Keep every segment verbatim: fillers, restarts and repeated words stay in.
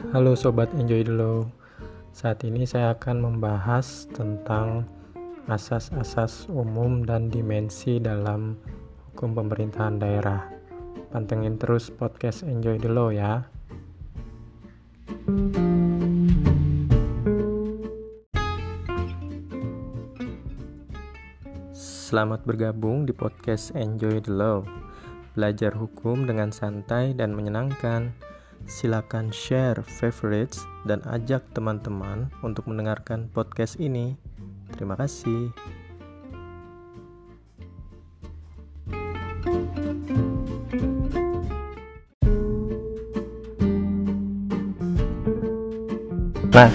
Halo Sobat Enjoy the Law. Saat ini saya akan membahas tentang asas-asas umum dan dimensi dalam hukum pemerintahan daerah. Pantengin terus podcast Enjoy the Law ya. Selamat bergabung di podcast Enjoy the Law. Belajar hukum dengan santai dan menyenangkan. Silakan share favorites dan ajak teman-teman untuk mendengarkan podcast ini. Terima kasih. Nah,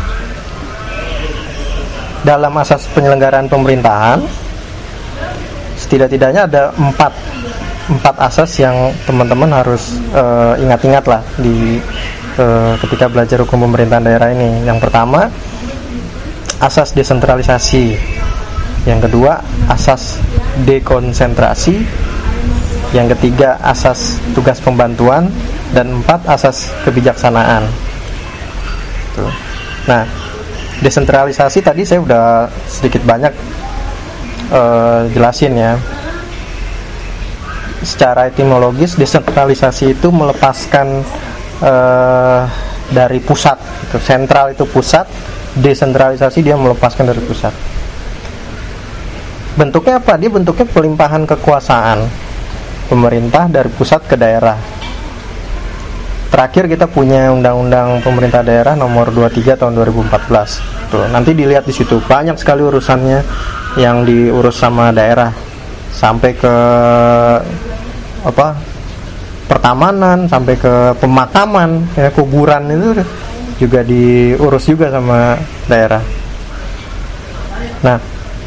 dalam asas penyelenggaraan pemerintahan, setidak-tidaknya ada empat empat asas yang teman-teman harus uh, ingat-ingat lah di uh, ketika belajar hukum pemerintahan daerah ini. Yang pertama, asas desentralisasi. Yang kedua, asas dekonsentrasi. Yang ketiga, asas tugas pembantuan. Dan empat, asas kebijaksanaan. Tuh. Nah, desentralisasi tadi saya udah sedikit banyak uh, jelasin ya. Secara etimologis, desentralisasi itu melepaskan uh, dari pusat. Itu sentral itu pusat, desentralisasi dia melepaskan dari pusat. Bentuknya apa? Dia bentuknya pelimpahan kekuasaan pemerintah dari pusat ke daerah. Terakhir kita punya Undang-Undang Pemerintah Daerah nomor dua puluh tiga tahun dua ribu empat belas. Tuh, nanti dilihat di situ banyak sekali urusannya yang diurus sama daerah, sampai ke apa pertamanan, sampai ke pemakaman, ya, kuburan itu juga diurus juga sama daerah. Nah,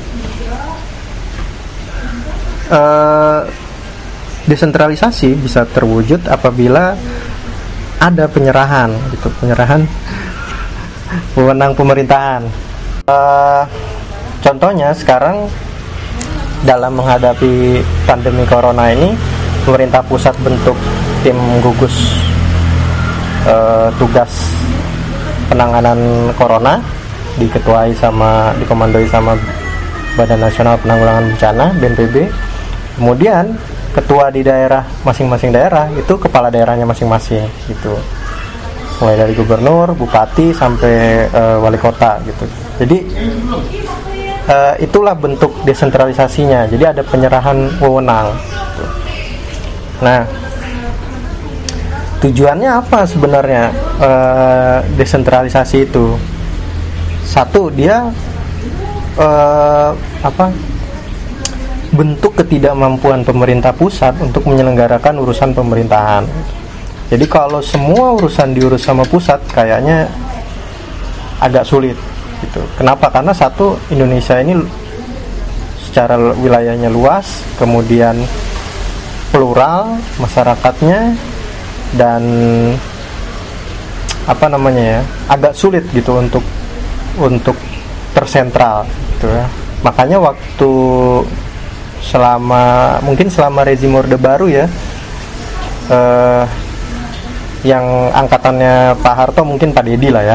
eh, desentralisasi bisa terwujud apabila ada penyerahan, gitu, penyerahan wewenang pemerintahan. Eh, contohnya sekarang dalam menghadapi pandemi corona ini, pemerintah pusat bentuk tim gugus uh, tugas penanganan corona, diketuai sama dikomandoi sama Badan Nasional Penanggulangan Bencana B N P B. Kemudian ketua di daerah masing-masing daerah itu kepala daerahnya masing-masing gitu. Mulai dari gubernur, bupati sampai uh, wali kota gitu. Jadi uh, itulah bentuk desentralisasinya. Jadi ada penyerahan wewenang. Gitu. Nah, tujuannya apa sebenarnya uh, desentralisasi itu? Satu, dia uh, apa? bentuk ketidakmampuan pemerintah pusat untuk menyelenggarakan urusan pemerintahan. Jadi kalau semua urusan diurus sama pusat, kayaknya agak sulit gitu. Kenapa? Karena satu, Indonesia ini secara wilayahnya luas, kemudian plural masyarakatnya, dan apa namanya ya, agak sulit gitu untuk untuk tersentral gitu ya. Makanya waktu selama mungkin selama rezim Orde Baru ya, eh, yang angkatannya Pak Harto mungkin Pak Dedi lah ya.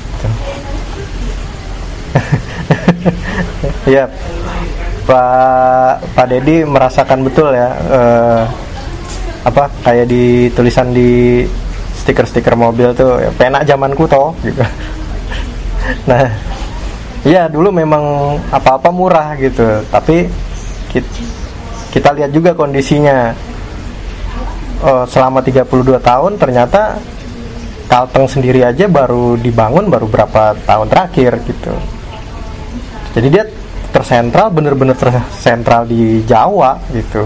Ya, Pak Pak Dedi merasakan betul ya, eh, apa kayak di tulisan di stiker-stiker mobil tuh, ya, penak zamanku toh gitu. Nah, ya dulu memang apa-apa murah gitu, tapi kita, kita lihat juga kondisinya. Oh, selama tiga puluh dua tahun ternyata Kalteng sendiri aja baru dibangun baru berapa tahun terakhir gitu. Jadi dia tersentral, bener-bener tersentral di Jawa gitu.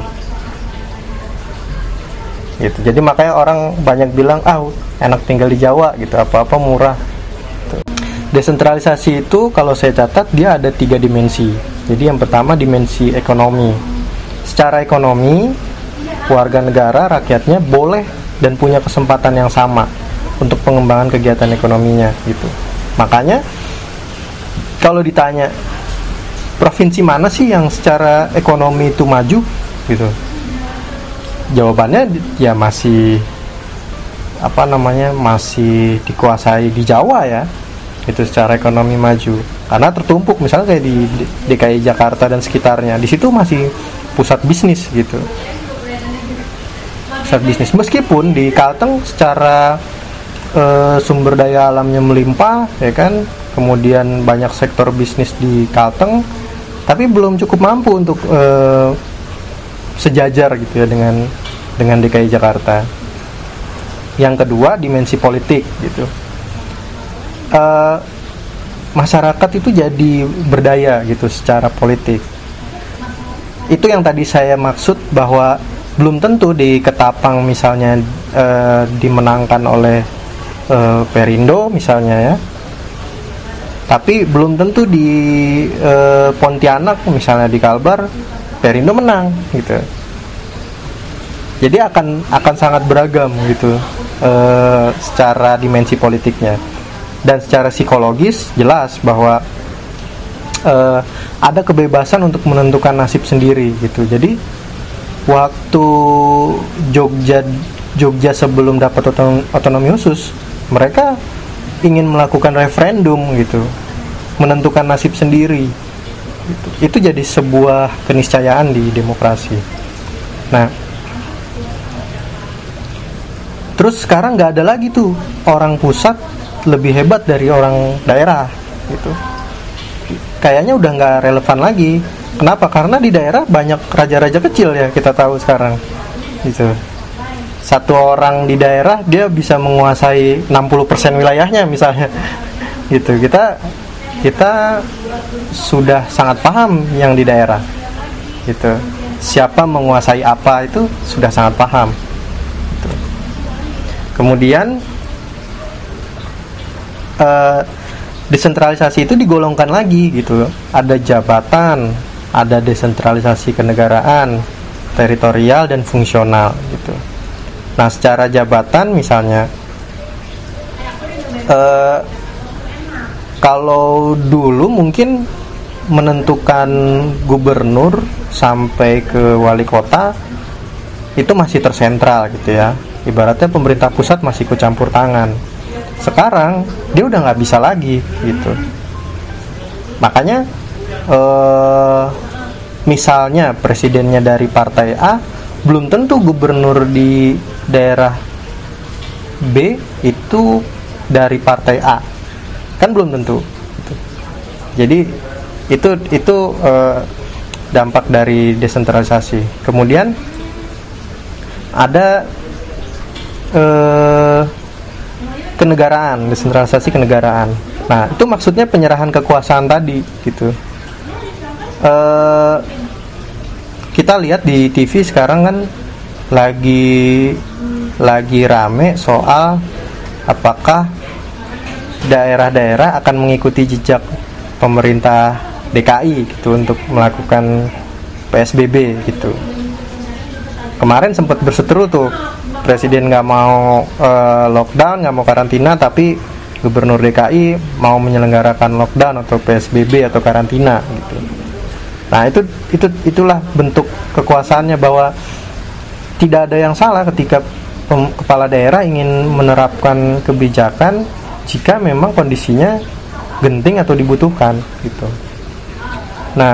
Gitu. Jadi makanya orang banyak bilang, ah enak tinggal di Jawa gitu, apa-apa murah. Gitu. Desentralisasi itu kalau saya catat dia ada tiga dimensi. Jadi yang pertama dimensi ekonomi. Secara ekonomi, warga negara, rakyatnya boleh dan punya kesempatan yang sama untuk pengembangan kegiatan ekonominya gitu. Makanya kalau ditanya provinsi mana sih yang secara ekonomi itu maju gitu, jawabannya ya masih apa namanya masih dikuasai di Jawa ya, itu secara ekonomi maju karena tertumpuk misalnya kayak di D K I Jakarta dan sekitarnya, di situ masih pusat bisnis gitu, pusat bisnis. Meskipun di Kalteng secara e, sumber daya alamnya melimpah ya kan, kemudian banyak sektor bisnis di Kalteng, tapi belum cukup mampu untuk e, sejajar gitu ya dengan dengan D K I Jakarta. Yang kedua, dimensi politik gitu. E, masyarakat itu jadi berdaya gitu secara politik. Itu yang tadi saya maksud bahwa belum tentu di Ketapang misalnya e, dimenangkan oleh e, Perindo misalnya ya, tapi belum tentu di e, Pontianak misalnya di Kalbar Perindo menang gitu. Jadi akan akan sangat beragam gitu e, secara dimensi politiknya. Dan secara psikologis jelas bahwa uh, ada kebebasan untuk menentukan nasib sendiri gitu. Jadi waktu Jogja Jogja sebelum dapat otonomi khusus, mereka ingin melakukan referendum gitu, menentukan nasib sendiri gitu. Itu jadi sebuah keniscayaan di demokrasi. Nah, terus sekarang nggak ada lagi tuh orang pusat lebih hebat dari orang daerah gitu. Kayaknya udah nggak relevan lagi. Kenapa? Karena di daerah banyak raja-raja kecil ya, kita tahu sekarang gitu. Satu orang di daerah dia bisa menguasai enam puluh persen wilayahnya misalnya gitu. Kita kita sudah sangat paham yang di daerah gitu. Siapa menguasai apa itu sudah sangat paham gitu. Kemudian Uh, desentralisasi itu digolongkan lagi gitu. Ada jabatan, ada desentralisasi kenegaraan, teritorial dan fungsional gitu. Nah, secara jabatan misalnya uh, kalau dulu mungkin menentukan gubernur sampai ke wali kota itu masih tersentral gitu ya. Ibaratnya pemerintah pusat masih ikut campur tangan. Sekarang dia udah nggak bisa lagi gitu. Makanya eh, misalnya presidennya dari partai A, belum tentu gubernur di daerah B itu dari partai A, kan belum tentu gitu. Jadi itu itu eh, dampak dari desentralisasi. Kemudian ada eh, kenegaraan, desentralisasi kenegaraan. Nah, itu maksudnya penyerahan kekuasaan tadi gitu. E, kita lihat di T V sekarang kan lagi lagi rame soal apakah daerah-daerah akan mengikuti jejak pemerintah D K I gitu untuk melakukan P S B B gitu. Kemarin sempat berseteru tuh, presiden nggak mau uh, lockdown, nggak mau karantina, tapi gubernur D K I mau menyelenggarakan lockdown atau P S B B atau karantina gitu. Nah itu itu itulah bentuk kekuasaannya, bahwa tidak ada yang salah ketika pem, kepala daerah ingin menerapkan kebijakan jika memang kondisinya genting atau dibutuhkan gitu. Nah,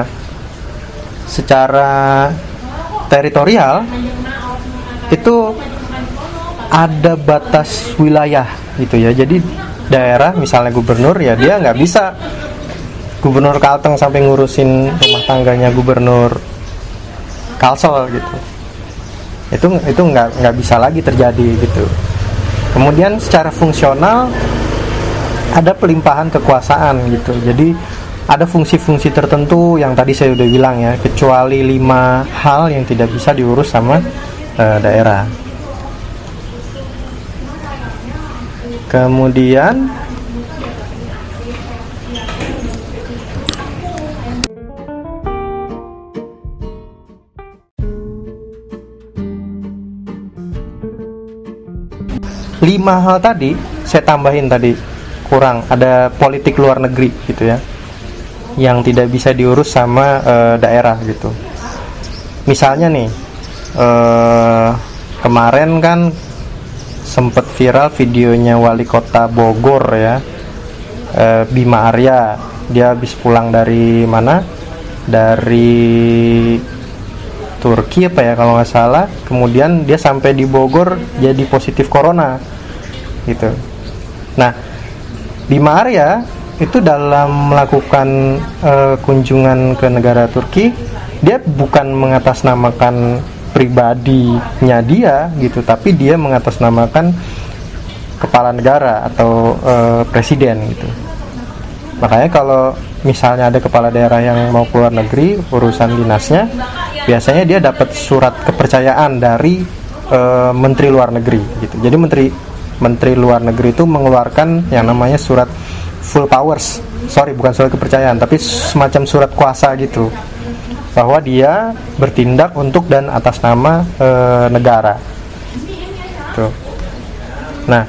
secara teritorial itu ada batas wilayah gitu ya. Jadi daerah misalnya gubernur ya dia nggak bisa gubernur Kalteng sampai ngurusin rumah tangganya gubernur Kalsel gitu. Itu itu nggak nggak bisa lagi terjadi gitu. Kemudian secara fungsional ada pelimpahan kekuasaan gitu. Jadi ada fungsi-fungsi tertentu yang tadi saya udah bilang ya, kecuali lima hal yang tidak bisa diurus sama uh, daerah. Kemudian lima hal tadi saya tambahin tadi, kurang ada politik luar negeri gitu ya, yang tidak bisa diurus sama e, daerah gitu. Misalnya nih e, kemarin kan sempat viral videonya wali kota Bogor ya, eh, Bima Arya. Dia habis pulang dari mana? Dari Turki apa ya kalau nggak salah. Kemudian dia sampai di Bogor jadi positif corona gitu. Nah, Bima Arya itu dalam melakukan uh, kunjungan ke negara Turki, dia bukan mengatasnamakan pribadinya dia gitu, tapi dia mengatasnamakan kepala negara atau uh, presiden gitu. Makanya kalau misalnya ada kepala daerah yang mau keluar negeri urusan dinasnya, biasanya dia dapat surat kepercayaan dari uh, menteri luar negeri gitu. Jadi menteri menteri luar negeri itu mengeluarkan yang namanya surat full powers, sorry bukan surat kepercayaan, tapi semacam surat kuasa gitu, bahwa dia bertindak untuk dan atas nama e, negara. Tuh. Nah,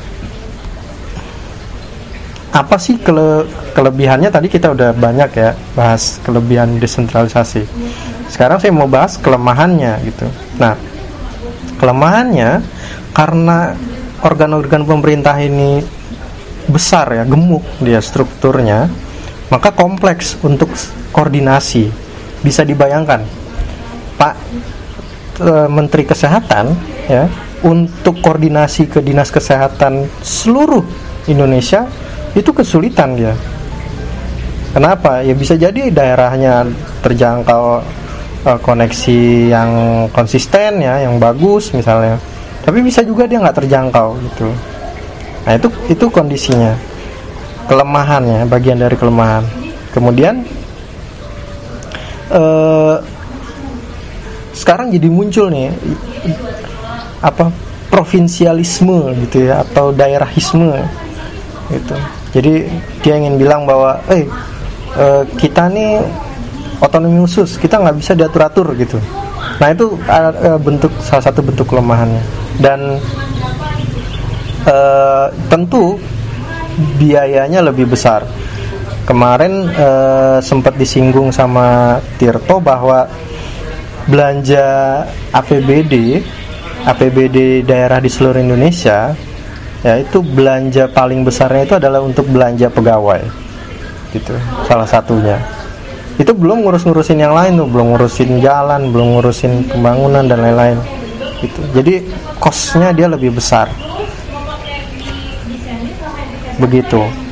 apa sih kele, kelebihannya? Tadi kita udah banyak ya bahas kelebihan desentralisasi. Sekarang saya mau bahas kelemahannya gitu. Nah, kelemahannya karena organ-organ pemerintah ini besar ya, gemuk dia strukturnya, maka kompleks untuk koordinasi. Bisa dibayangkan Pak e, Menteri Kesehatan ya, untuk koordinasi ke dinas kesehatan seluruh Indonesia itu kesulitan dia. Kenapa? Ya bisa jadi daerahnya terjangkau e, koneksi yang konsisten ya, yang bagus misalnya, tapi bisa juga dia nggak terjangkau gitu. Nah itu itu kondisinya, kelemahannya, bagian dari kelemahan. Kemudian eh, sekarang jadi muncul nih apa provinsialisme gitu ya, atau daerahisme gitu. Jadi dia ingin bilang bahwa, eh, eh kita nih otonomi khusus, kita nggak bisa diatur-atur gitu. Nah itu eh, bentuk salah satu bentuk kelemahannya. Dan Uh, tentu biayanya lebih besar. Kemarin uh, sempat disinggung sama Tirto bahwa belanja A P B D A P B D daerah di seluruh Indonesia ya, itu belanja paling besarnya itu adalah untuk belanja pegawai gitu, salah satunya. Itu belum ngurus-ngurusin yang lain tuh, belum ngurusin jalan, belum ngurusin pembangunan dan lain-lain gitu. Jadi cost-nya dia lebih besar. Begitu.